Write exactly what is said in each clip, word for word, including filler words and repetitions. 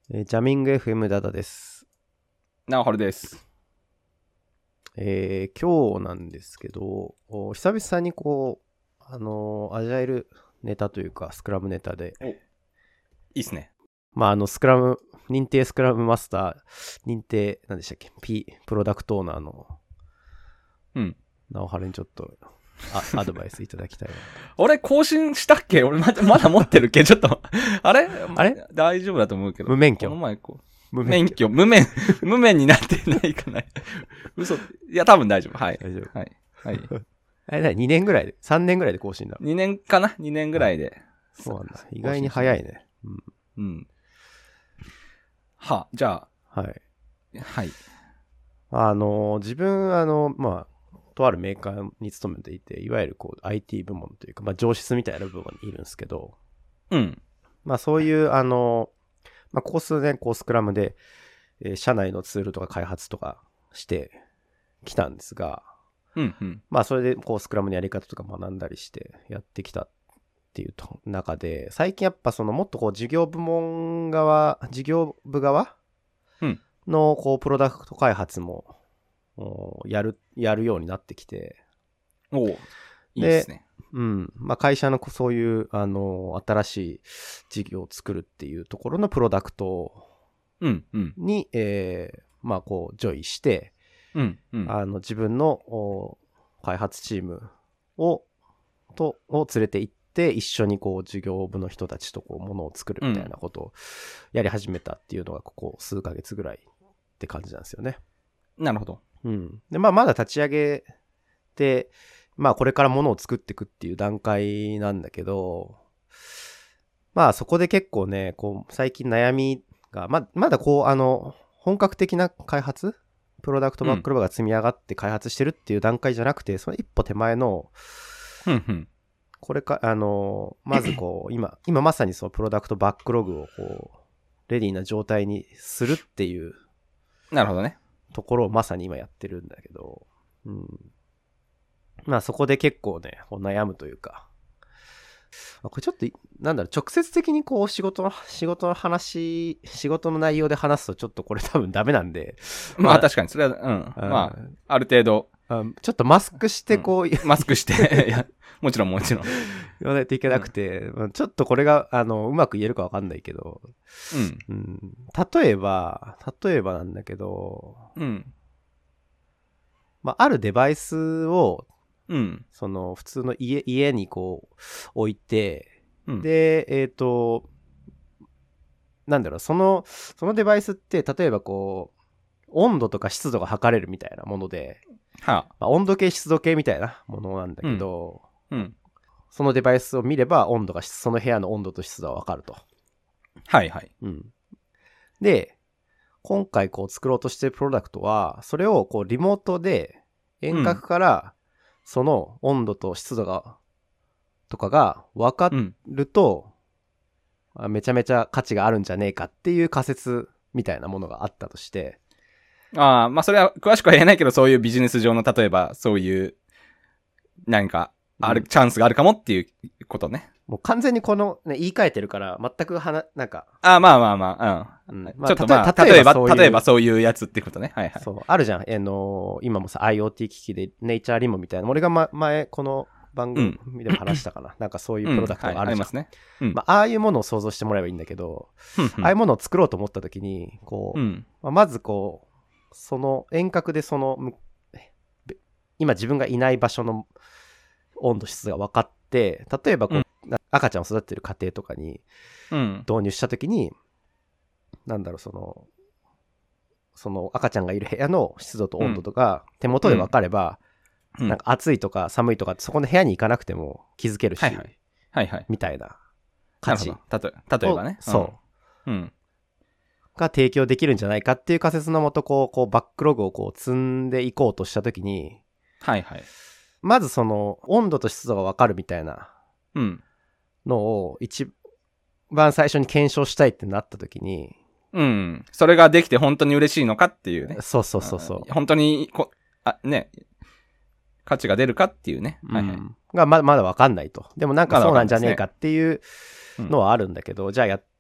えージャミング エフエム ダダです。 なおはるです。 えー今日なんですけど、お久々にこう、あのーアジャイルネタというか、スクラムネタで、 お、いいっすね。 まあ、あの、スクラム、認定スクラムマスター、認定、何でしたっけ、P、プロダクトオーナーの、 うん。 なおはるにちょっと、あアドバイスいただきたいな。 俺更新したっけ？俺まだ、まだ持ってるっけ？ちょっと、あれあれ大丈夫だと思うけど。 無免許この前こう。 無免許、無免、無免になってないかな。嘘。いや、多分大丈夫。はい。 大丈夫。 はい。はい。 あれだ、にねんぐらいで、さんねんぐらいで更新だ。 にねんかな ?に 年ぐらいで。 そうなんだ。意外に早いね。うん。 うん。は、じゃはい。 あ、はい。 あの、自分、あの、まあ、とあるメーカーに勤めていて、いわゆるこう アイティー 部門というか、まあ上質みたいな部門にいるんですけど、 うん。 まあそういう、あの、まあここ数年、こうスクラムで、えー社内のツールとか開発とかしてきたんですが、 うん、うん。 まあそれでこうスクラムのやり方とか学んだりしてやってきたっていうと中で、最近やっぱそのもっとこう事業部門側、事業部側うんのこうプロダクト開発もやる、やるようになってきて。 おう、いいですね。 うん。まあ会社のそういう、あの、新しい事業を作るっていうところのプロダクトうん、うん。 に、えー、まあこう、ジョイして、 うん、うん。 あの、自分のお開発チームを、と、を連れて行って、一緒にこう、事業部の人たちとこう、ものを作るみたいなことをやり始めたっていうのが、ここ数ヶ月ぐらいって感じなんですよね。 なるほど。 うん。で、まあ、まだ立ち上げて、まあ、これからものを作っていくっていう段階なんだけど、まあ、そこで結構ね、こう、最近悩みが、ま、まだこう、あの、本格的な開発プロダクトバックログが積み上がって開発してるっていう段階じゃなくて、うん、その一歩手前の、 うん、うん。 これか、あの、まずこう、今、今まさにそのプロダクトバックログをこう、レディーな状態にするっていう、 なるほどね。 ところをまさに今やってるんだけど、うん。まあそこで結構ね、悩むというか、これちょっと、なんだろう、直接的にこう仕事の、仕事の話、仕事の内容で話すとちょっとこれ多分ダメなんで。 まあ確かに、それは、うん。まあ、ある程度。 ちょっとマスクしてこう、うん、 マスクして、いや、もちろんもちろん。 言わないといけなくて、うん、ちょっとこれが、あの、うまく言えるかわかんないけど、 うん。 うん、例えば、例えばなんだけど、 うん。 まあ、あるデバイスを、 うん。 その、普通の家、家にこう、置いて、 うん、 で、えっと、なんだろう、その、そのデバイスって、例えばこう、温度とか湿度が測れるみたいなもので、 はあ、 まあ、温度計、湿度計みたいなものなんだけど、 うんうん、 そのデバイスを見れば、温度が、その部屋の温度と湿度はわかると。 はいはい。 うん。で、今回こう作ろうとしてるプロダクトは、それをこうリモートで遠隔から、その温度と湿度が、とかが分かると、うん、めちゃめちゃ価値があるんじゃねえかっていう仮説みたいなものがあったとして。 ああ、まあそれは詳しくは言えないけど、そういうビジネス上の、例えばそういう、何かある、うん、チャンスがあるかもっていうことね。 もう完全にこの、ね、言い換えてるから、全くはな、なんか。 ああ、まあまあまあ、うん。うんまあ、ちょっとまあ、例えば、例えばそういうやつってことね。はいはい。 そう、あるじゃん。あのー、今もさ、IoT 機器でネイチャーリモみたいな。俺が、ま、前、この番組でも話したかな。うん、なんかそういうプロダクトがあるじゃん。うんはい、ありますね。うん、まあ、ああいうものを想像してもらえばいいんだけど、ああいうものを作ろうと思った時に、こう、うんまあ、まずこう、その遠隔でその、今自分がいない場所の温度湿度が分かって、例えばこう、うん赤ちゃんを育ててる家庭とかに導入したときに、うん、なんだろう、その、その赤ちゃんがいる部屋の湿度と温度とか手元で分かれば、うん、なんか暑いとか寒いとかそこの部屋に行かなくても気づけるし、 はいはい。はいはい。 みたいな価値。 たと例えばね。 そう。 うん。 が提供できるんじゃないかっていう仮説のもと、こう、こうバックログをこう積んでいこうとしたときに、 はいはい。 まずその温度と湿度が分かるみたいな、 うん。 のを一番最初に検証したいってなった時に、 うん、それができて本当に嬉しいのかっていうね。 そうそうそうそう。 本当にこあね価値が出るかっていうね。 うん、はいはい。がまだまだ分かんないと。でもなんかそうなんじゃねえかっていうのはあるんだけど、ま、じゃあやって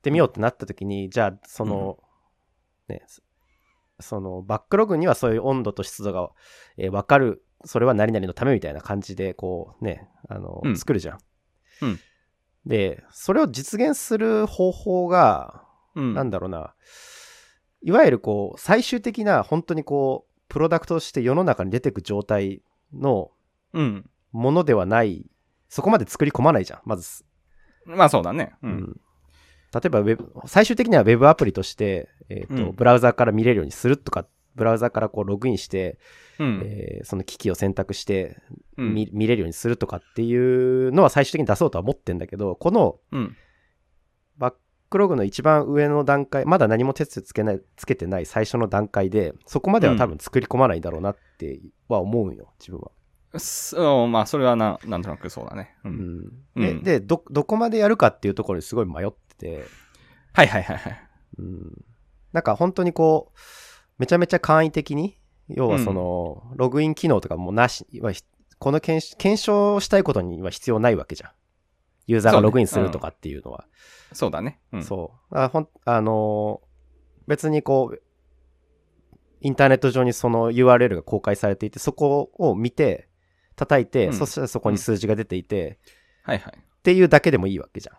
ってみようってなった時に、じゃあ、その、うん、ね、そのバックログにはそういう温度と湿度が、えー、分かる、それは何々のためみたいな感じで、こうね、あの、うん、作るじゃん。 うん。 で、それを実現する方法が、うん、なんだろうな、いわゆるこう、最終的な、本当にこう、プロダクトとして世の中に出てく状態のものではない、うん、そこまで作り込まないじゃん、まず。 まあそうだね。うん。うん、 例えばウェブ、最終的にはウェブアプリとして、えーとうん、ブラウザから見れるようにするとか、ブラウザからこうログインして、うんえー、その機器を選択して、うん、見, 見れるようにするとかっていうのは最終的に出そうとは思ってんだけど、この、うん、バックログの一番上の段階、まだ何も手つつけない、つけてない最初の段階で、そこまでは多分作り込まないんだろうなっては思うんよ、自分は。 そう、まあ、それはな、なんとなくそうだね。 うん。うん、で、で、ど、どこまでやるかっていうところにすごい迷ってて。 はいはいはいはい。 うん。なんか本当にこう、めちゃめちゃ簡易的に、要はその、うん、ログイン機能とかもなし、この検、検証したいことには必要ないわけじゃん。ユーザーがログインするとかっていうのは。 そうだね。 うん、そう。あ、ほん、あのー、別にこう、インターネット上にその ユーアールエル が公開されていて、そこを見て、叩いて、うん、そしたらそこに数字が出ていて、うん、 はいはい。 っていうだけでもいいわけじゃん。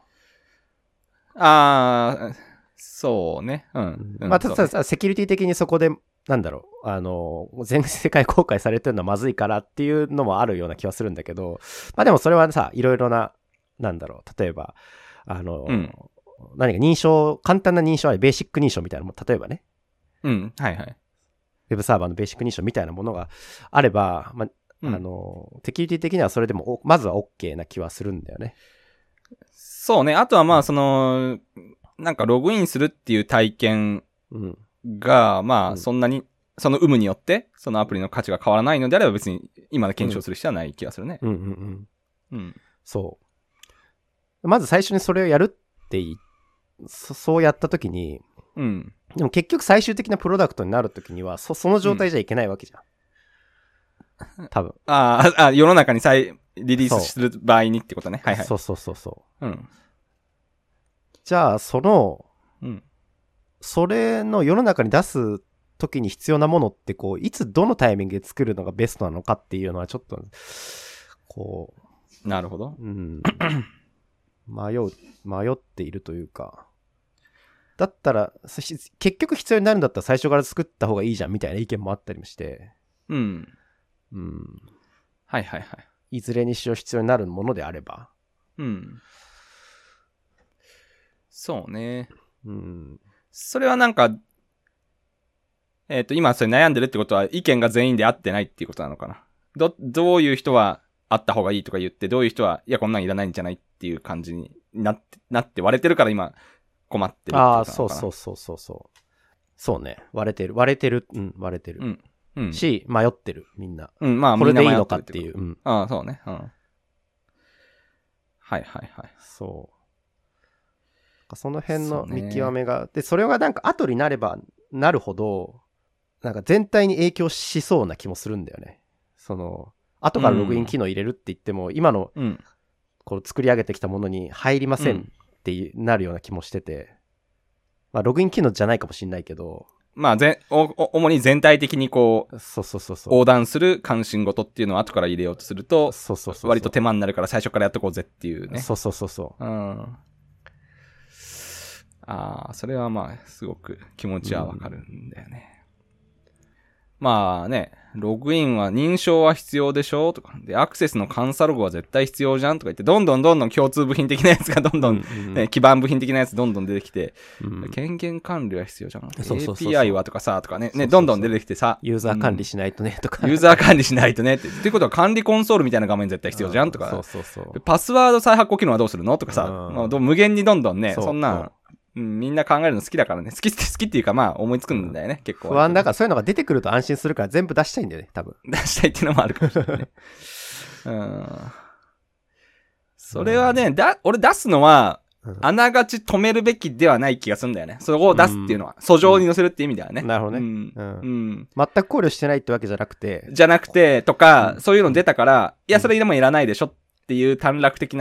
あー、そうね。うん。 うん、まあ、ただ、ね、セキュリティ的にそこで、なんだろう、あの、全世界公開されてるのはまずいからっていうのもあるような気はするんだけど、まあでもそれはさ、いろいろな、なんだろう、例えば、あの、うん、何か認証、簡単な認証はベーシック認証みたいなもの、例えばね。 うん、はいはい。 ウェブサーバーのベーシック認証みたいなものがあれば、まあ、うん、あの、セキュリティ的にはそれでも、まずは OK な気はするんだよね。 そうね。あとはまあ、その、なんかログインするっていう体験が、うん、まあ、そんなに、その有無によって、そのアプリの価値が変わらないのであれば別に今で検証する必要はない気がするね。 うんうんうん。うん。そう。まず最初にそれをやるっていい、そ、そうやったときに、 うん。 でも結局最終的なプロダクトになるときには、そ、その状態じゃいけないわけじゃん。うん、多分。 ああ、世の中に再リリースする場合にってことね。はいはい。 そうそうそうそう。 うん。 じゃあ、その、 うん。 それの世の中に出すときに必要なものって、こう、いつどのタイミングで作るのがベストなのかっていうのはちょっと、こう。なるほど。 うん。迷う、迷っているというか。だったら、結局必要になるんだったら最初から作った方がいいじゃんみたいな意見もあったりもして。 うん。 うん。 はいはいはい。 いずれにしろ必要になるものであれば。 うん。そうね。 うん。 それはなんか、えっと、今それ悩んでるってことは意見が全員で合ってないっていうことなのかな。ど、どういう人はあった方がいいとか言って、どういう人は、いやこんなんいらないんじゃないっていう感じになって、なって割れてるから今困ってるってことなのかな。ああ、 そうそうそうそうそう。そうね。割れてる。割れてる。うん、割れてる。 うん。うん、 し、迷ってる、みんな。 うん、まあ、 これでいいのかっていう。うん。 ああ、そうね。うん。はいはいはい。 そう。その辺の見極めが、ね、で、それがなんか後になればなるほど、なんか全体に影響しそうな気もするんだよね。その、後からログイン機能入れるって言っても、うん、今の、こう作り上げてきたものに入りませんってなるような気もしてて、まあ、ログイン機能じゃないかもしれないけど、 まあ、ぜお、お、主に全体的にこう、 そうそうそうそう。 横断する関心事っていうのを後から入れようとすると、 そうそうそうそう。 割と手間になるから最初からやっとこうぜっていうね。 そうそうそうそう。 うん。ああ、それはまあ、すごく気持ちはわかるんだよね。うん、まあね、ログインは認証は必要でしょとか、で、アクセスの監査ログは絶対必要じゃんとか言って、どんどんどんどん共通部品的なやつがどんどん、うんね、基盤部品的なやつどんどん出てきて、うん、権限管理は必要じゃん。そうそうそうそう エーピーアイ はとかさ、とかね、ね、そうそうそうどんどん出てきてさ。 ユーザー管理しないとね、とか、 ユーザー管理しないとねって。っていうことは管理コンソールみたいな画面絶対必要じゃんとか。 そうそうそう。 パスワード再発行機能はどうするのとかさ、もう無限にどんどんね、そ, そんな、うん、みんな考えるの好きだからね。好き、好きっていうかまあ思いつくんだよね、うん、結構。 不安だからそういうのが出てくると安心するから全部出したいんだよね、多分。 出したいっていうのもあるかもしれないね。うん。それはね、うん、だ、俺出すのは、あながち止めるべきではない気がするんだよね。そこを出すっていうのは。訴、うん、状に載せるっていう意味ではね。 なるほどね、 うんうん。うん。 全く考慮してないってわけじゃなくて。 じゃなくて、とか、うん、そういうの出たから、いや、それでもいらないでしょっていう短絡的な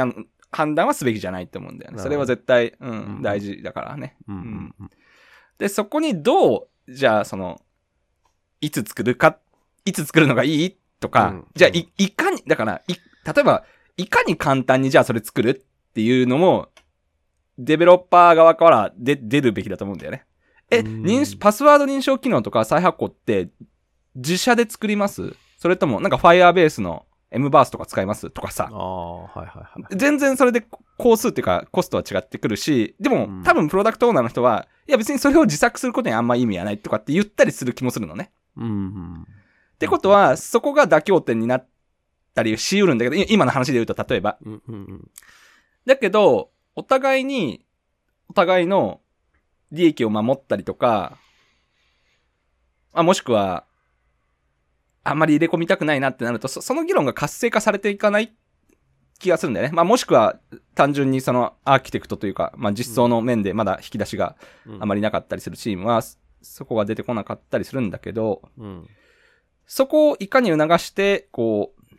判断はすべきじゃないと思うんだよね。それは絶対、うん、うん、大事だからね、 うんうんうん。 で、そこにどう、じゃあその、いつ作るか、いつ作るのがいいとか、うん、じゃあい、いかに、だから、い、例えば、いかに簡単にじゃあそれ作るっていうのも、デベロッパー側からで出るべきだと思うんだよね。え、認パスワード認証機能とか再発行って自社で作ります？それともなんか Firebase の M バースとか使いますとかさ。 ああ、はいはいはい。 全然それで工数っていうかコストは違ってくるし、でも、うん、多分プロダクトオーナーの人は、いや別にそれを自作することにあんま意味はないとかって言ったりする気もするのね。 うんうん、 ってことは、そこが妥協点になったりし得るんだけど、今の話で言うと例えば。 うんうんうん、 だけど、お互いに、お互いの利益を守ったりとか、あ、もしくは、あんまり入れ込みたくないなってなると、そ, その議論が活性化されていかない気がするんだよね。まあもしくは、単純にそのアーキテクトというか、まあ実装の面でまだ引き出しがあまりなかったりするチームは、そこが出てこなかったりするんだけど、 うん、 そこをいかに促して、こう、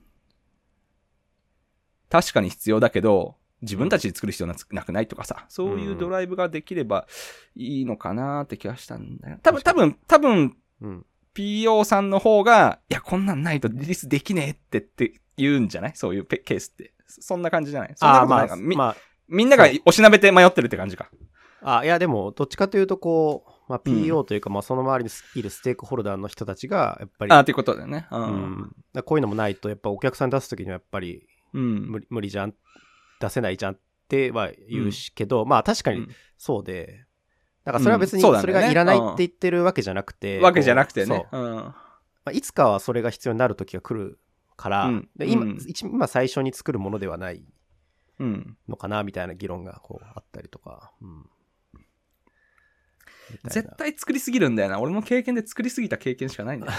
確かに必要だけど、自分たちで作る必要なくないとかさ、そういうドライブができればいいのかなって気がしたんだよ。多分、多分、多分、うん、ピーオー さんの方が、いや、こんなんないとリリースできねえってって言うんじゃない？そういうケースって。そんな感じじゃない？そんなことないか。み、まあ、みんながおしなべて迷ってるって感じか。 あ、いや、でも、どっちかというと、こう、まあ、ピーオー というか、うん、まあ、その周りにいるステークホルダーの人たちが、やっぱり。 ああ、ということだよね。うん。 うん、だこういうのもないと、やっぱお客さん出すときには、やっぱり、 うん、 無理、無理じゃん、出せないじゃんっては言うし、けど、うん、まあ、確かにそうで、だからそれは別に、それがいらないって言ってるわけじゃなくて。 うん、わけじゃなくてね。うん。 まあ、いつかはそれが必要になる時が来るから、うん、で 今, 今最初に作るものではないのかなみたいな議論がこうあったりとか、うん、 絶対作りすぎるんだよな。俺も経験で作りすぎた経験しかないんだよ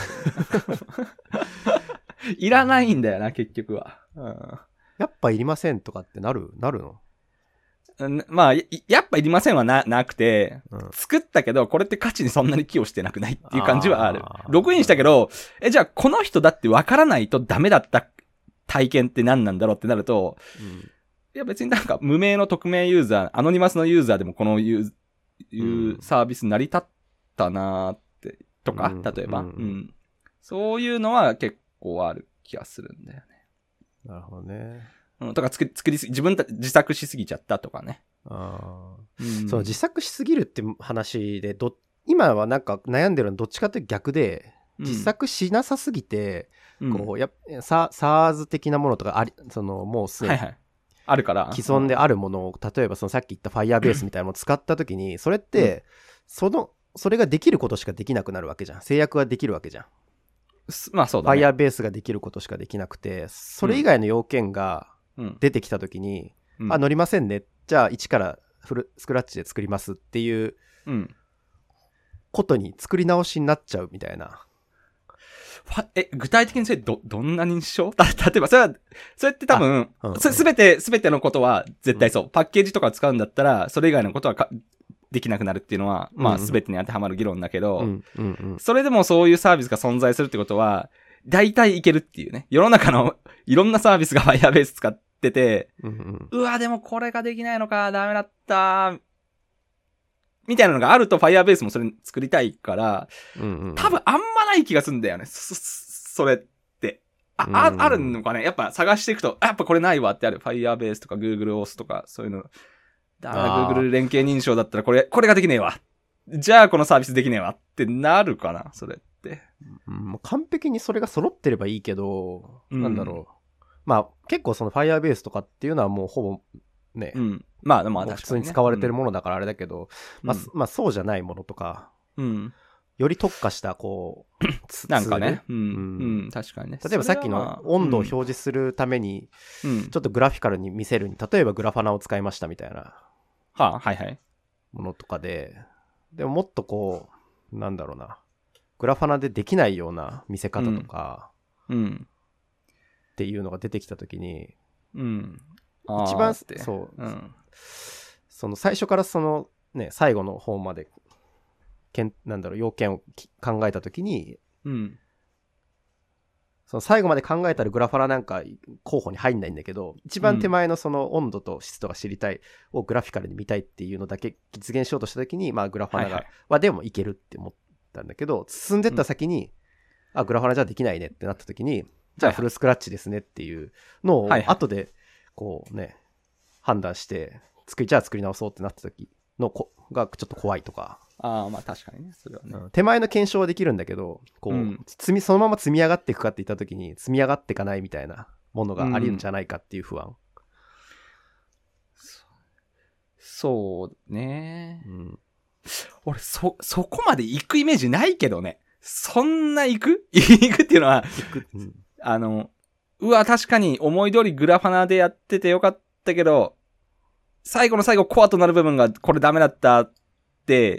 いらないんだよな結局は、うん、 やっぱいりませんとかってなるなるの？ まあ、やっぱいりませんは な, なくて、うん、作ったけど、これって価値にそんなに寄与してなくないっていう感じはある。あログインしたけど、え、じゃあこの人だって分からないとダメだった体験って何なんだろうってなると、うん、いや別になんか無名の匿名ユーザー、アノニマスのユーザーでもこのユー、いうサービス成り立ったなーって、とか、うん、例えば、うんうん。そういうのは結構ある気がするんだよね。 なるほどね。 うん、とか作り、作りすぎ、自分たち自作しすぎちゃったとかね。 ああ、うん。そう、自作しすぎるって話で、ど、今はなんか悩んでるのどっちかって逆で、自作しなさすぎて、うん、こう、やサ、SARS 的なものとかあり、その、もうすでに、はいはい。 あるから。 既存であるものを、例えばそのさっき言った Firebase みたいなのを使ったときに、それって、うん、その、それができることしかできなくなるわけじゃん。制約ができるわけじゃん。 まあそうだね。 Firebase ができることしかできなくて、それ以外の要件が、出てきたときに、うん、あ、乗りませんね。じゃあ一からフルスクラッチで作りますっていうことに作り直しになっちゃうみたいな。 え、具体的にそれど、どんな認証？例えば、それは、それって多分、すべて、すべてのことは絶対そう、うん。パッケージとか使うんだったら、それ以外のことはかできなくなるっていうのは、まあすべてに当てはまる議論だけど、 うんうんうん、 それでもそういうサービスが存在するってことは、大体いけるっていうね。世の中のいろんなサービスが Firebase 使ってて、 うんうん、 うわ、でもこれができないのか、ダメだった、みたいなのがあると Firebase もそれ作りたいから、 うんうんうん、 多分あんまない気がするんだよね。そ、それって。あ、うんうん、あ、あるのかね。やっぱ探していくと、やっぱこれないわってある。Firebase とか Google Auth とかそういうの。だから Google 連携認証だったらこれ、これができねえわ。じゃあこのサービスできねえわってなるかな、それって。 うん、もう完璧にそれが揃ってればいいけど、うん、なんだろう。まあ結構その Firebase とかっていうのはもうほぼね、 うん、まあまあ、 ね、普通に使われてるものだからあれだけど、うん、まあ、まあそうじゃないものとか、 うん、 より特化したこうなんかね、うん、うんうん、確かにね。 例えばさっきの温度を表示するために、うん、ちょっとグラフィカルに見せるに、例えばグラファナを使いましたみたいな、 はあ、はいはい、 ものとかで、でももっとこうなんだろうな、グラファナでできないような見せ方とか、 うんうん、 っていうのが出てきたときに、 うん、 一番そう、うん、その最初からそのね最後の方までけんなんだろう要件を考えたときに、 うん、 その最後まで考えたらグラファナなんか候補に入んないんだけど、一番手前のその温度と湿度が知りたいをグラフィカルに見たいっていうのだけ実現しようとした時に、まあグラファナが、はいはい、はでもいけるって思ったんだけど、進んでった先に、うん、あ、グラファナじゃできないねってなった時に、じゃあフルスクラッチですねっていうのを後でこうね、判断して、作り、じゃあ作り直そうってなった時のこがちょっと怖いとか。 ああ、まあ確かにね。それはね。 手前の検証はできるんだけど、こう、うん、積み、そのまま積み上がっていくかって言った時に、積み上がっていかないみたいなものがありるんじゃないかっていう不安。うん、 そうね。うん。俺、そ、そこまで行くイメージないけどね。そんな行く行くっていうのは、うん、あの、うわ、確かに思い通りグラファナでやっててよかったけど、最後の最後コアとなる部分がこれダメだったって、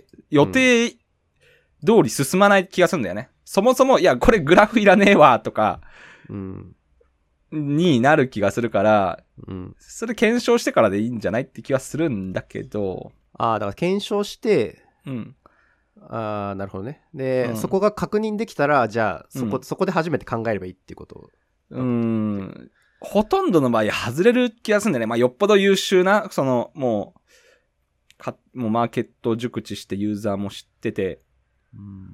予定通り進まない気がするんだよね。うん、そもそも、いや、これグラフいらねえわ、とか、うん、になる気がするから、うん、それ検証してからでいいんじゃないって気はするんだけど。 ああ、だから検証して、うん。ああ、なるほどね。で、うん、そこが確認できたら、じゃあ、そこ、うん、そこで初めて考えればいいっていうこと。 うーん。ほとんどの場合外れる気がするんだよね。まあ、よっぽど優秀な、その、もう、か、もうマーケット熟知してユーザーも知ってて、うん、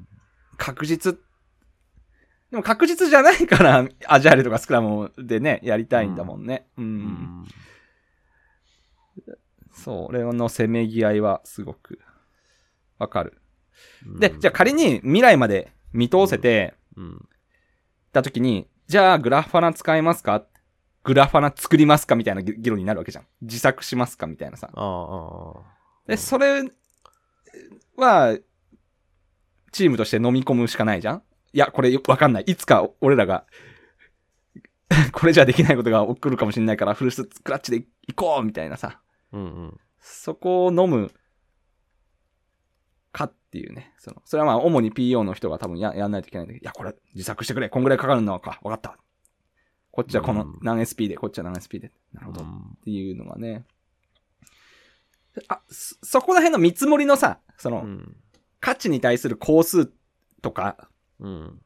確実。でも確実じゃないから、アジャイルとかスクラムでね、やりたいんだもんね。うん。うんうん、そう、俺のせめぎ合いはすごくわかる。うん、で、じゃあ仮に未来まで見通せて、うんうん、た時に、じゃあグラファナ使えますか？グラファナ作りますかみたいな議論になるわけじゃん。自作しますかみたいなさ。ああ。で、それは、チームとして飲み込むしかないじゃん？いや、これわかんない。いつか俺らが、これじゃできないことが起こるかもしれないから、フルスクラッチで行こうみたいなさ。うんうん。そこを飲むかっていうね。その、それはまあ、主に ピーオー の人が多分 や, やんないといけないんだけど、いや、これ自作してくれ。こんぐらいかかるのか。わかった。こっちはこの何 エスピー で、こっちは何 エスピー で。なるほど。っていうのがね。あ、そ、そこら辺の見積もりのさ、その、うん、価値に対する工数とかって、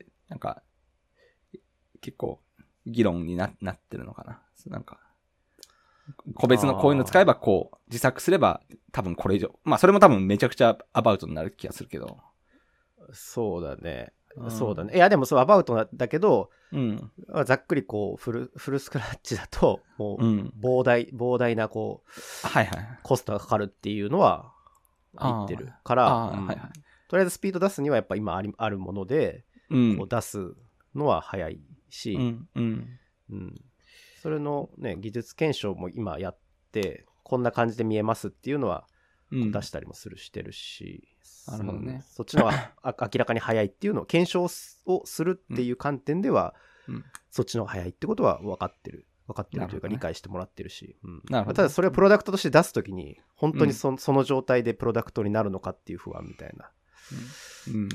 うん、なんか、結構議論に な, なってるのかな。なんか、個別のこういうの使えばこう、自作すれば多分これ以上。まあそれも多分めちゃくちゃアバウトになる気がするけど。 そうだね。そうだね。いやでもそうアバウトだけど、うん、ざっくりこうフルフルスクラッチだともう膨大、うん、膨大なこう、はいはい、コストがかかるっていうのは言ってるから、うんはいはい、とりあえずスピード出すにはやっぱ今ありあるもので、うん、こう出すのは早いし、うんうんうん、それのね技術検証も今やってこんな感じで見えますっていうのは出したりもするしてるし。なるほどね、そっちの方が明らかに早いっていうのを検証をするっていう観点では、うん、そっちの方が早いってことは分かってる分かってるというか理解してもらってるし、うん、なるほど。ただそれをプロダクトとして出すときに本当に そ,、うん、その状態でプロダクトになるのかっていう不安みたいな、 うんうんうん、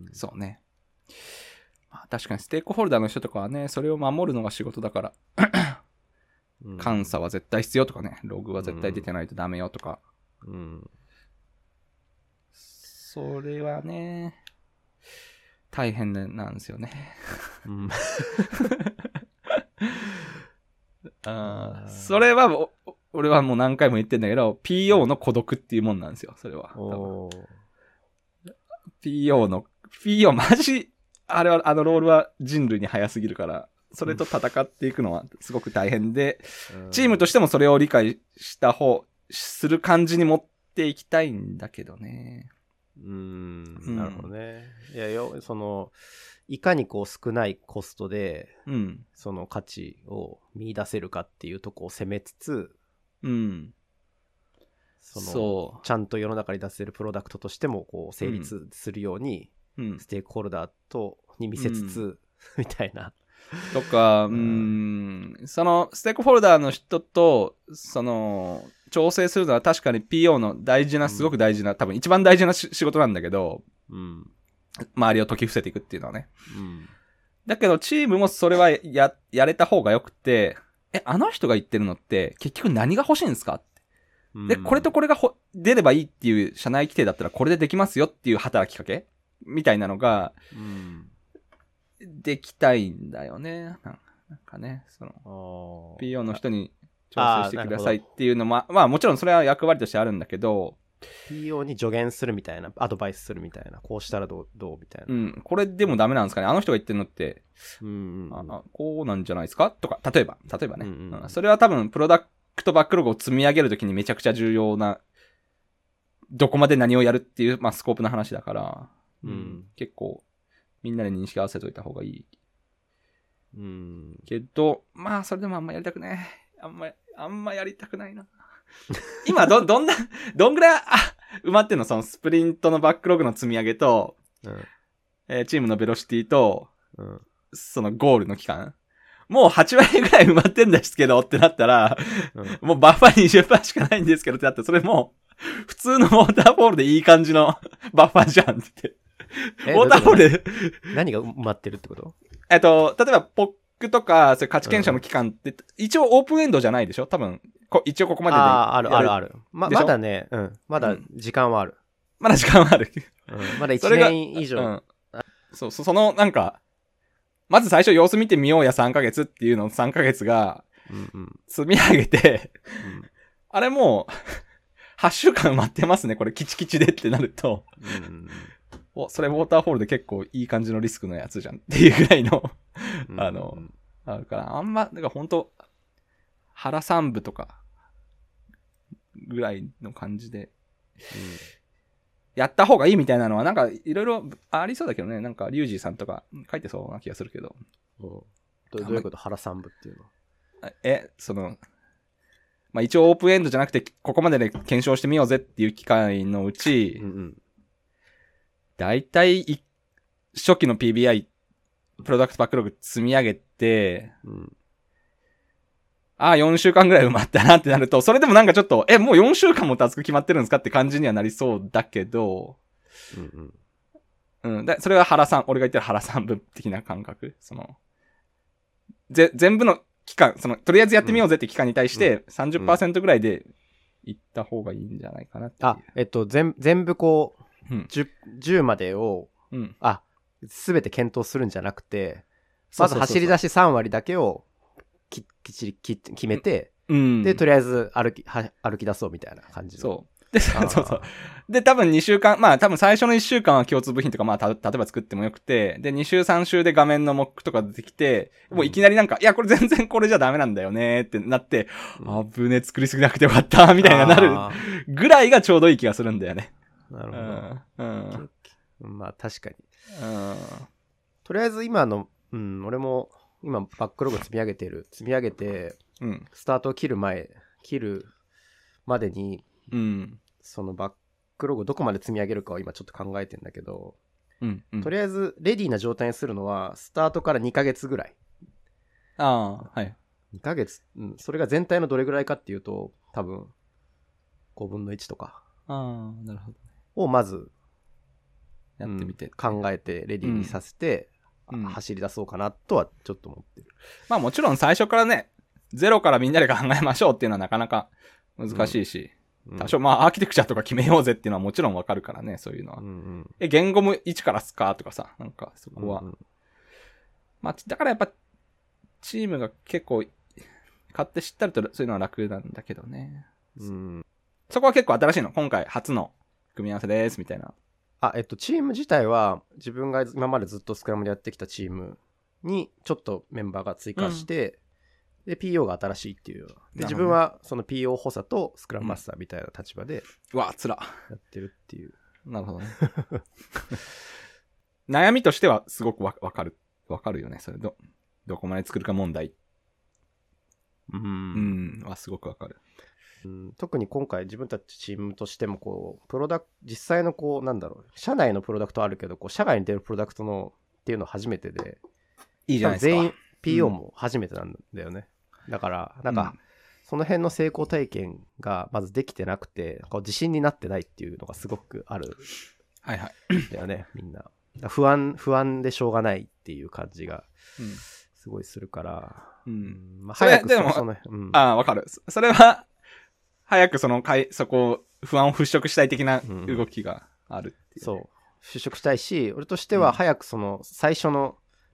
そうね、まあ、確かにステークホルダーの人とかはねそれを守るのが仕事だから監査は絶対必要とかねログは絶対出てないとダメよとか、うんうんそれはね、大変なんですよね。うん、あそれは、俺はもう何回も言ってんだけど、ピーオー の孤独っていうもんなんですよ、それは。ピーオー の、ピーオー マジ、あれは、あのロールは人類に早すぎるから、それと戦っていくのはすごく大変で、うん、チームとしてもそれを理解した方、する感じに持っていきたいんだけどね。 うーんなるほどね。いやよそのいかにこう少ないコストで、うん、その価値を見出せるかっていうとこを攻めつつ、うん、そのそうちゃんと世の中に出せるプロダクトとしてもこう成立するように、うん、ステークホルダーとに見せつつ、うん、みたいな。 とか、うーん、そのステークホルダーの人とその調整するのは確かに ピーオー の大事なすごく大事な、うん、多分一番大事な仕事なんだけど、うん、周りを解き伏せていくっていうのはね、うん、だけどチームもそれは や, やれた方がよくて、えあの人が言ってるのって結局何が欲しいんですかって、うん、でこれとこれがほ出ればいいっていう社内規定だったらこれでできますよっていう働きかけみたいなのが、うんできたいんだよね。なんかね、その、ピーオー の人に調整してくださいっていうのも、まあもちろんそれは役割としてあるんだけど、 ピーオー に助言するみたいな、アドバイスするみたいな、こうしたらどう、どうみたいな。 うん。これでもダメなんですかね。あの人が言ってるのって、 うんうんうん、 あこうなんじゃないですかとか、例えば、例えばね、うんうん。それは多分、プロダクトバックログを積み上げるときにめちゃくちゃ重要な、どこまで何をやるっていう、まあ、スコープの話だから、うん、結構、みんなで認識合わせといた方がいい。うん。けど、まあ、それでもあんまやりたくない。あんま、あんまやりたくないな。今、ど、どんな、どんぐらい、あ、埋まってんの？そのスプリントのバックログの積み上げと、うんえー、チームのベロシティと、うん、そのゴールの期間。もうはち割ぐらい埋まってんですけどってなったら、うん、もうバッファー にじゅっパーセント しかないんですけどってなったら、それもう、普通のウォーターフォールでいい感じのバッファーじゃんって。ウォーターフォールで。 何が埋まってるってこと？ えっと、例えばポックとか、それ価値検証の期間って、うん、一応オープンエンドじゃないでしょ？多分。こ一応ここまでで。 ああ、あるあるある。ま、まだね、うん。まだ時間はある。うん、 まだ時間はある。 うん、まだいちねん以上。うん、 そう、その、なんか、まず最初様子見てみようやさんかげつっていうのさんかげつが、積み上げて、うんうん、あれもう、はっしゅうかん埋まってますね、これ、キチキチでってなると。うん、お、それウォーターフォールで結構いい感じのリスクのやつじゃんっていうぐらいの、あの、あるから、あんま、だからほんと、原三部とか、ぐらいの感じで、うん、やった方がいいみたいなのは、なんか、いろいろありそうだけどね。なんか、リュウジーさんとか書いてそうな気がするけど。 ど, どういうこと？原三部っていうのは。 え、その、まあ、一応オープンエンドじゃなくて、ここまでで検証してみようぜっていう機会のうち、うんうん、だいたい初期の ピービーアイ、プロダクトバックログ積み上げて、うんああ、よんしゅうかんぐらい埋まったなってなると、それでもなんかちょっと、え、もうよんしゅうかんもタスク決まってるんですかって感じにはなりそうだけど、うんうん。うん。で、それは原さん、俺が言ってる原さん部的な感覚。その、ぜ、全部の期間、その、とりあえずやってみようぜって期間に対して、さんじゅっパーセント ぐらいで行った方がいいんじゃないかなっていう。 あ、えっと、全、全部こう、うん、じゅう、じゅうまでを、うん、あ、すべて検討するんじゃなくて、まず走り出しさん割だけを、き, きっちりき決めて、うん、で、とりあえず歩き、は歩き出そうみたいな感じ。 そう。で、そうそう。で、多分にしゅうかん、まあ多分最初のいっしゅうかんは共通部品とかまあた、例えば作ってもよくて、で、に週さん週で画面のモックとか出てきて、もういきなりなんか、うん、いや、これ全然これじゃダメなんだよねってなって、うん、あぶね、作りすぎなくてよかった、みたいななるぐらいがちょうどいい気がするんだよね。 なるほど。うん。うん、まあ確かに。うん。とりあえず今の、うん、俺も、今バックログ積み上げてる積み上げて、うん、スタートを切る前切るまでに、うん、そのバックログをどこまで積み上げるかを今ちょっと考えてんだけど、うんうん、とりあえずレディーな状態にするのはスタートからにかげつぐらい。 ああはいにかげつ、うん、それが全体のどれぐらいかっていうと多分ごぶんのいちとかああなるほどをまずやってみて、 うん、考えてレディーにさせて、うん、走り出そうかなとはちょっと思ってる。 まあもちろん最初からね、ゼロからみんなで考えましょうっていうのはなかなか難しいし、うん、多少まあアーキテクチャとか決めようぜっていうのはもちろんわかるからね、そういうのは。うんうん、え、言語も一からすかとかさ、なんかそこは。うんうん、まあだからやっぱチームが結構買って知ったりとそういうのは楽なんだけどね。うん、そこは結構新しいの。今回初の組み合わせですみたいな。 あ、えっと、チーム自体は自分が今までずっとスクラムでやってきたチームにちょっとメンバーが追加して、うん、で ピーオー が新しいっていう。で自分はその ピーオー 補佐とスクラムマスターみたいな立場で、 うん、うわつらやってるっていう。 なるほどね。悩みとしてはすごくわかるわかるよね。それどどこまで作るか問題。うん、うん、はすごくわかる。 うん、特に今回自分たちチームとしてもこうプロダク実際のこうなんだろう社内のプロダクトあるけどこう社外に出るプロダクトのっていうの初めてでいいじゃないですか。 全員 ピーオー も初めてなんだよね、うん、だからなんか、うん、その辺の成功体験がまずできてなくてこう自信になってないっていうのがすごくあるはいはいだよねみんな不安不安でしょうがないっていう感じがすごいするから、うんうんまあ、早くそのその、うん、ああわかるそれは早くそのかいそこ不安を払拭したい的な動きがあるっていう、 ねうん、そう払拭したいし俺としては早くその最初の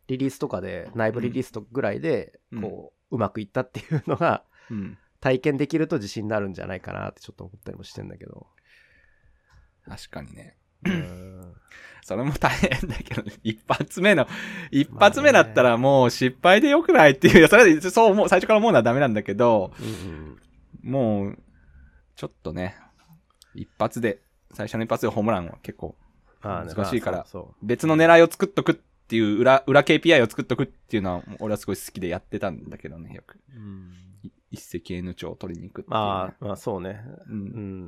リリースとかで、内部リリースとぐらいで、こう、うん、うまくいったっていうのが、うん、体験できると自信になるんじゃないかなってちょっと思ったりもしてんだけど。 確かにね。うんそれも大変だけど、ね、一発目の、一発目だったらもう失敗でよくないっていう、いや、それはそう思う、最初から思うのはダメなんだけど、うんうん、もう、ちょっとね、一発で、最初の一発でホームランは結構難しいから、別の狙いを作っとくっていう裏、裏 ケーピーアイ を作っとくっていうのは、俺はすごい好きでやってたんだけどね、よく。うん一石 N 鳥を取りに行くっていう、ね。 まあ、まあそうね。うん。うん、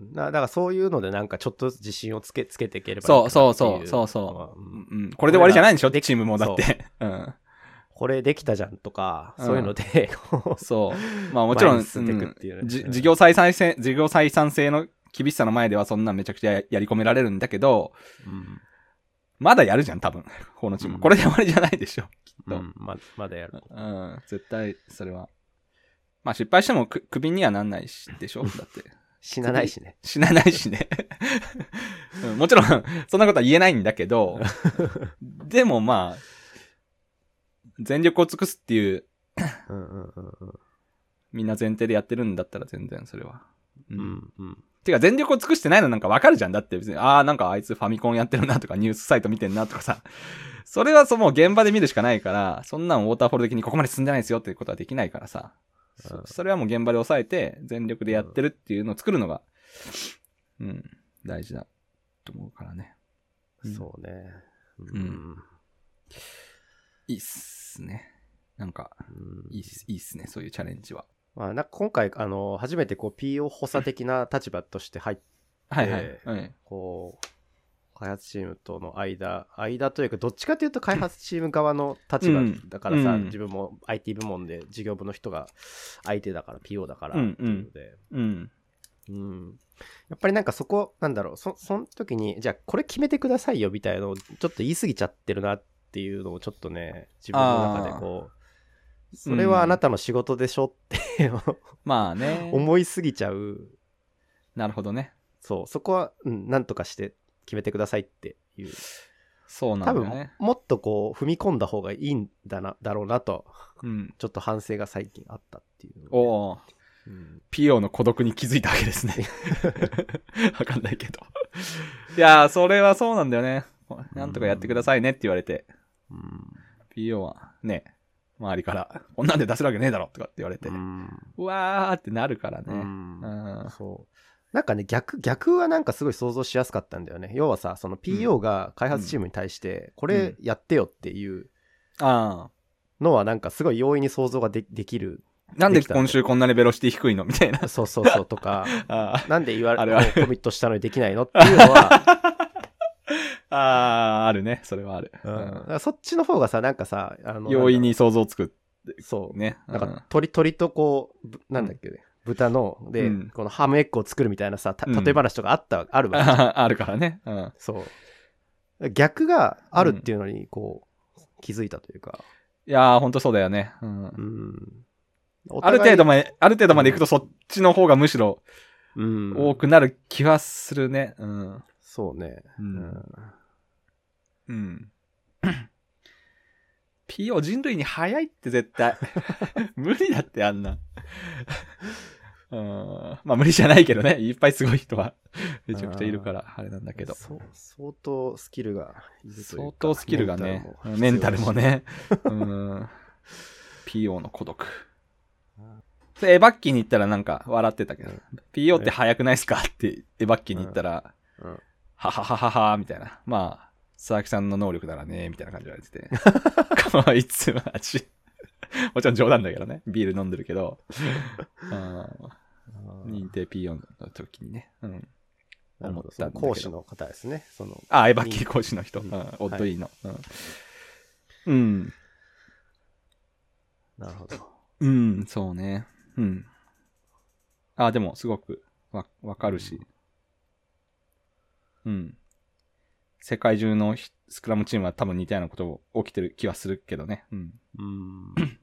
だからそういうのでなんかちょっと自信をつけ、つけていければいいそうそうそう、そうそう。うん。これで終わりじゃないんでしょチームもだって。うん。 これできたじゃんとか、そういうので、 うん、そう。まあもちろん、うん、事業採算性、事業採算性の厳しさの前ではそんなめちゃくちゃやり込められるんだけど、うん、まだやるじゃん、多分。このチーム。うん、これで終わりじゃないでしょ。きっと。 うん、ま、まだやる。 うん。絶対、それは。まあ失敗してもく首にはなんないしでしょだって。 死なないしね。 死なないしね、うん。もちろん、そんなことは言えないんだけど、でもまあ、全力を尽くすっていう、うんうんうんうん、みんな前提でやってるんだったら全然それは。うん。うんうん、てか全力を尽くしてないのなんかわかるじゃん。だって別に、ああなんかあいつファミコンやってるなとかニュースサイト見てんなとかさ。それはその現場で見るしかないから、そんなんウォーターフォール的にここまで進んでないですよっていうことはできないからさ。そ, それはもう現場で抑えて全力でやってるっていうのを作るのが、うん、大事だと思うからね。 うん、そうね。うん。うん、 いいっすね。なんか、うん、いいっす、いいっすね。そういうチャレンジは。 まあ、なんか今回、あの、初めてこう ピーオー 補佐的な立場として入って、 はいはい、はい。 こう、開発チームとの間、間というか、どっちかというと開発チーム側の立場だからさ、うん、自分も アイティー 部門で事業部の人が相手だから、ピーオー だからっていうので、うんうん、やっぱりなんかそこ、なんだろう、そ、その時に、じゃあこれ決めてくださいよみたいなのをちょっと言い過ぎちゃってるなっていうのをちょっとね、自分の中でこう、それはあなたの仕事でしょってまあね。 思いすぎちゃう。 なるほどね。 そう、そこは、うん、なんとかして、決めてくださいっていう。 そうなんだよね。 多分もっとこう踏み込んだ方がいいんだなだろうなと、うん、ちょっと反省が最近あったっていう、ね。 おお、うん、ピーオー の孤独に気づいたわけですね。わかんないけど。いやー、それはそうなんだよね。なんとかやってくださいねって言われて。うん、ピーオー はね、周りからこんなんで出せるわけねえだろとかって言われて、うん、うわーってなるからね。うんうん、そう。なんかね、逆、逆はなんかすごい想像しやすかったんだよね。要はさ、その ピーオー が開発チームに対して、これやってよっていうのはなんかすごい容易に想像が で, できる。 なんで今週こんなにベロシティ低いのみたいな。 そうそうそうとか、なんで言われ、あれコミットしたのにできないのっていうのは、 ああ、あるね。それはある。 うん、だからそっちの方がさ、なんかさ、あの容易に想像つく。 そうね。なんか鳥、鳥とこう、なんだっけね。豚ので、うん、このハムエッグを作るみたいなさ、例え話とかあった、うん、あるわけじゃん。 あるからね、うん。 そう。逆があるっていうのに、こう、うん、気づいたというか。 いやー、ほんとそうだよね。うん。うん、ある程度まで、ある程度まで行くとそっちの方がむしろ、多くなる気はするね。うん。 そうね。うん。 うん。ピーオー 人類に早いって絶対。無理だってあんな。うん、まあ無理じゃないけどね。いっぱいすごい人はめちゃくちゃいるからあれなんだけど。 そう相当スキルがいるというか。 相当スキルがね。メンタルもね。うん、ピーオー の孤独。エバッキーに行ったらなんか笑ってたけど、うん、ピーオー って早くないっすかってエバッキーに行ったら、うんうん、はははははみたいな。まあ、佐々木さんの能力ならね、みたいな感じで言われてて。かわいつまち。もちろん冗談だけどね。ビール飲んでるけど。認定 ピーオー の時にね。うん。 思った講師の方ですね。そのあ、エバッキー講師の人。うん、オッドイーの、はいうん。うん。 なるほど。 うん、そうね。うん。あ、でも、すごくわ、わかるし。うん。世界中のスクラムチームは多分似たようなこと起きてる気はするけどね。うん。うん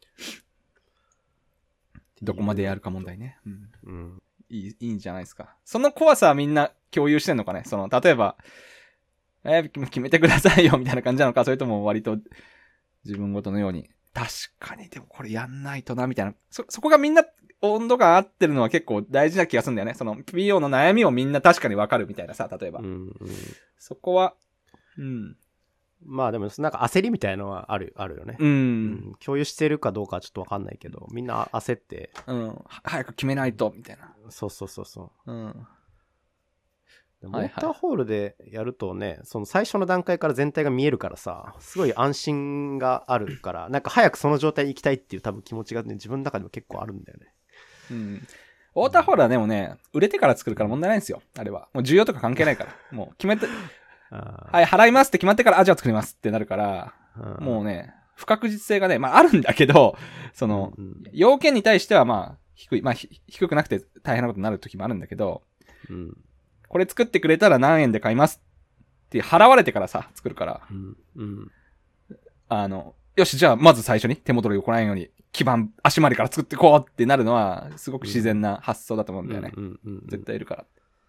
どこまでやるか問題ね。うん。うん、いい、いいんじゃないですか。その怖さはみんな共有してんのかね。その、例えば、えー、決めてくださいよみたいな感じなのか、それとも割と自分ごとのように。確かに、でもこれやんないとな、みたいな。そ、そこがみんな温度感合ってるのは結構大事な気がするんだよね。その ピーオー の悩みをみんな確かにわかるみたいなさ、例えば。 うんうん、 そこは、うん。 まあでも、なんか焦りみたいのはある、あるよね。 うん。うんうん、共有してるかどうかはちょっとわかんないけど、みんな焦って。 うん。早く決めないと、みたいな。 そうそうそうそう。 うん。 ウォーターホールでやるとね、はいはい、その最初の段階から全体が見えるからさ、すごい安心があるから、なんか早くその状態に行きたいっていう多分気持ちがね、自分の中でも結構あるんだよね。 うん。ウォーターホールはでもね、売れてから作るから問題ないんですよ。あれは。もう需要とか関係ないから。もう決めて、はい、払いますって決まってから、あ、じゃあ作りますってなるから、もうね、不確実性がね、まああるんだけど、その、うんうん、要件に対してはまあ、低い、まあ低くなくて大変なことになる時もあるんだけど、うん、これ作ってくれたら何円で買いますって払われてからさ、作るから、うんうん、あの、よし、じゃあまず最初に手元で来ないように基盤、足回りから作っていこうってなるのは、すごく自然な発想だと思うんだよね。絶対いるから。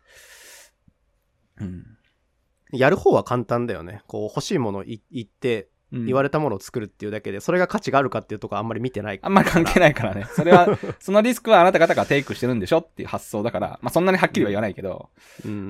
うん。やる方は簡単だよね。こう欲しいもの言って、言われたものを作るっていうだけで、それが価値があるかっていうところあんまり見てないから。 あんまり関係ないからね。それは、そのリスクはあなた方がテイクしてるんでしょっていう発想だから、まあそんなにはっきりは言わないけど、うん。うん、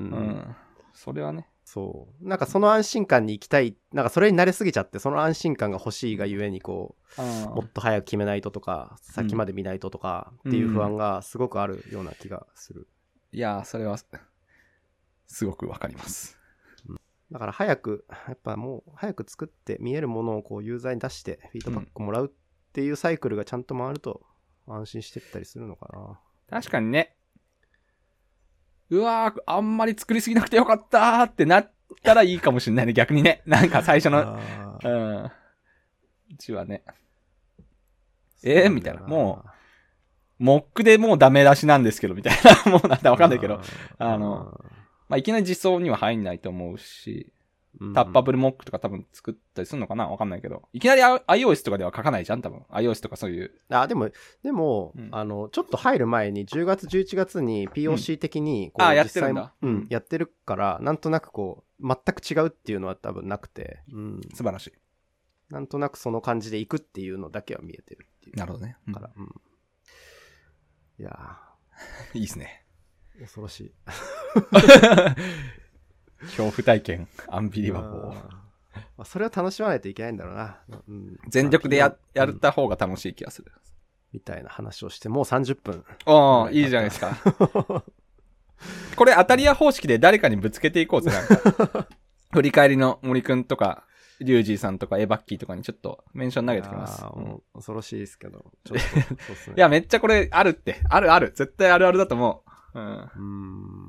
それはね。 そう。なんかその安心感に行きたい、なんかそれに慣れすぎちゃって、その安心感が欲しいがゆえにこう、もっと早く決めないととか、先まで見ないととかっていう不安がすごくあるような気がする。 うん、いやー、それは、すごくわかります。 だから早く、やっぱもう早く作って見えるものをこうユーザーに出してフィードバックもらうっていうサイクルがちゃんと回ると安心してったりするのかな。 確かにね。うわー、あんまり作りすぎなくてよかったーってなったらいいかもしれないね、逆にね。なんか最初の、うん。うちはね。えー、みたいな。もう、モックでもうダメ出しなんですけど、みたいな。もうなんだわかんないけど。あの、まあ、いきなり実装には入んないと思うし、タッパブルモックとか多分作ったりするのかなわかんないけど。いきなり iOS とかでは書かないじゃん多分。iOS とかそういう。 あ、でも、でも、うん、あの、ちょっと入る前にじゅうがつ、じゅういちがつに ピーオーシー 的にこう、 うん、あ、やってるんだ。 うん、やってるから、なんとなくこう、全く違うっていうのは多分なくて。うん。 素晴らしい。 なんとなくその感じでいくっていうのだけは見えてるっていう。 なるほどね。 うん、から、うん。いやー。いいっすね。 恐ろしい。 恐怖体験、アンビリバボー。 まあ、それを楽しまないといけないんだろうな。うん、 全力でや、やった方が楽しい気がする。 みたいな話をして、もうさんじゅっぷん。 ああ、いいじゃないですか。これ当たり屋方式で誰かにぶつけていこうぜ、なんか。振り返りの森くんとか、リュウジーさんとかエバッキーとかにちょっっとメンション投げてきます。 ああ、もう恐ろしいですけど。ちょっとそうっすね、いや、めっちゃこれあるって。あるある。絶対あるあるだと思う。うん。 うん。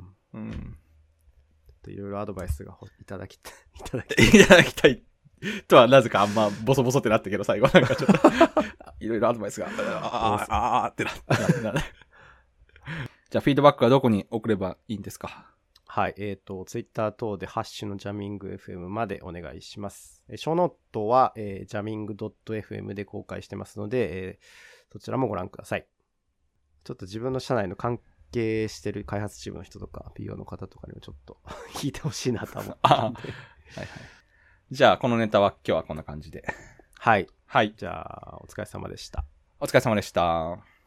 うん。 いろいろアドバイスがいただきたい。いただきたい。いただきたい。とはなぜかあんまボソボソってなったけど、最後なんかちょっと、いろいろアドバイスが、ああ、ああってなった。じゃあ、フィードバックはどこに送ればいいんですか？ はい。えっと、ツイッター等でハッシュのジャミング エフエム までお願いします。ショーノートは、えー、ジャミング ドットエフエム で公開してますので、えー、そちらもご覧ください。ちょっと自分の社内の関係してる開発チームの人とか ピーオー の方とかにもちょっと聞いてほしいなと思って。 はいはい。じゃあこのネタは今日はこんな感じで。 はい。 はい。 じゃあお疲れ様でした。 お疲れ様でした。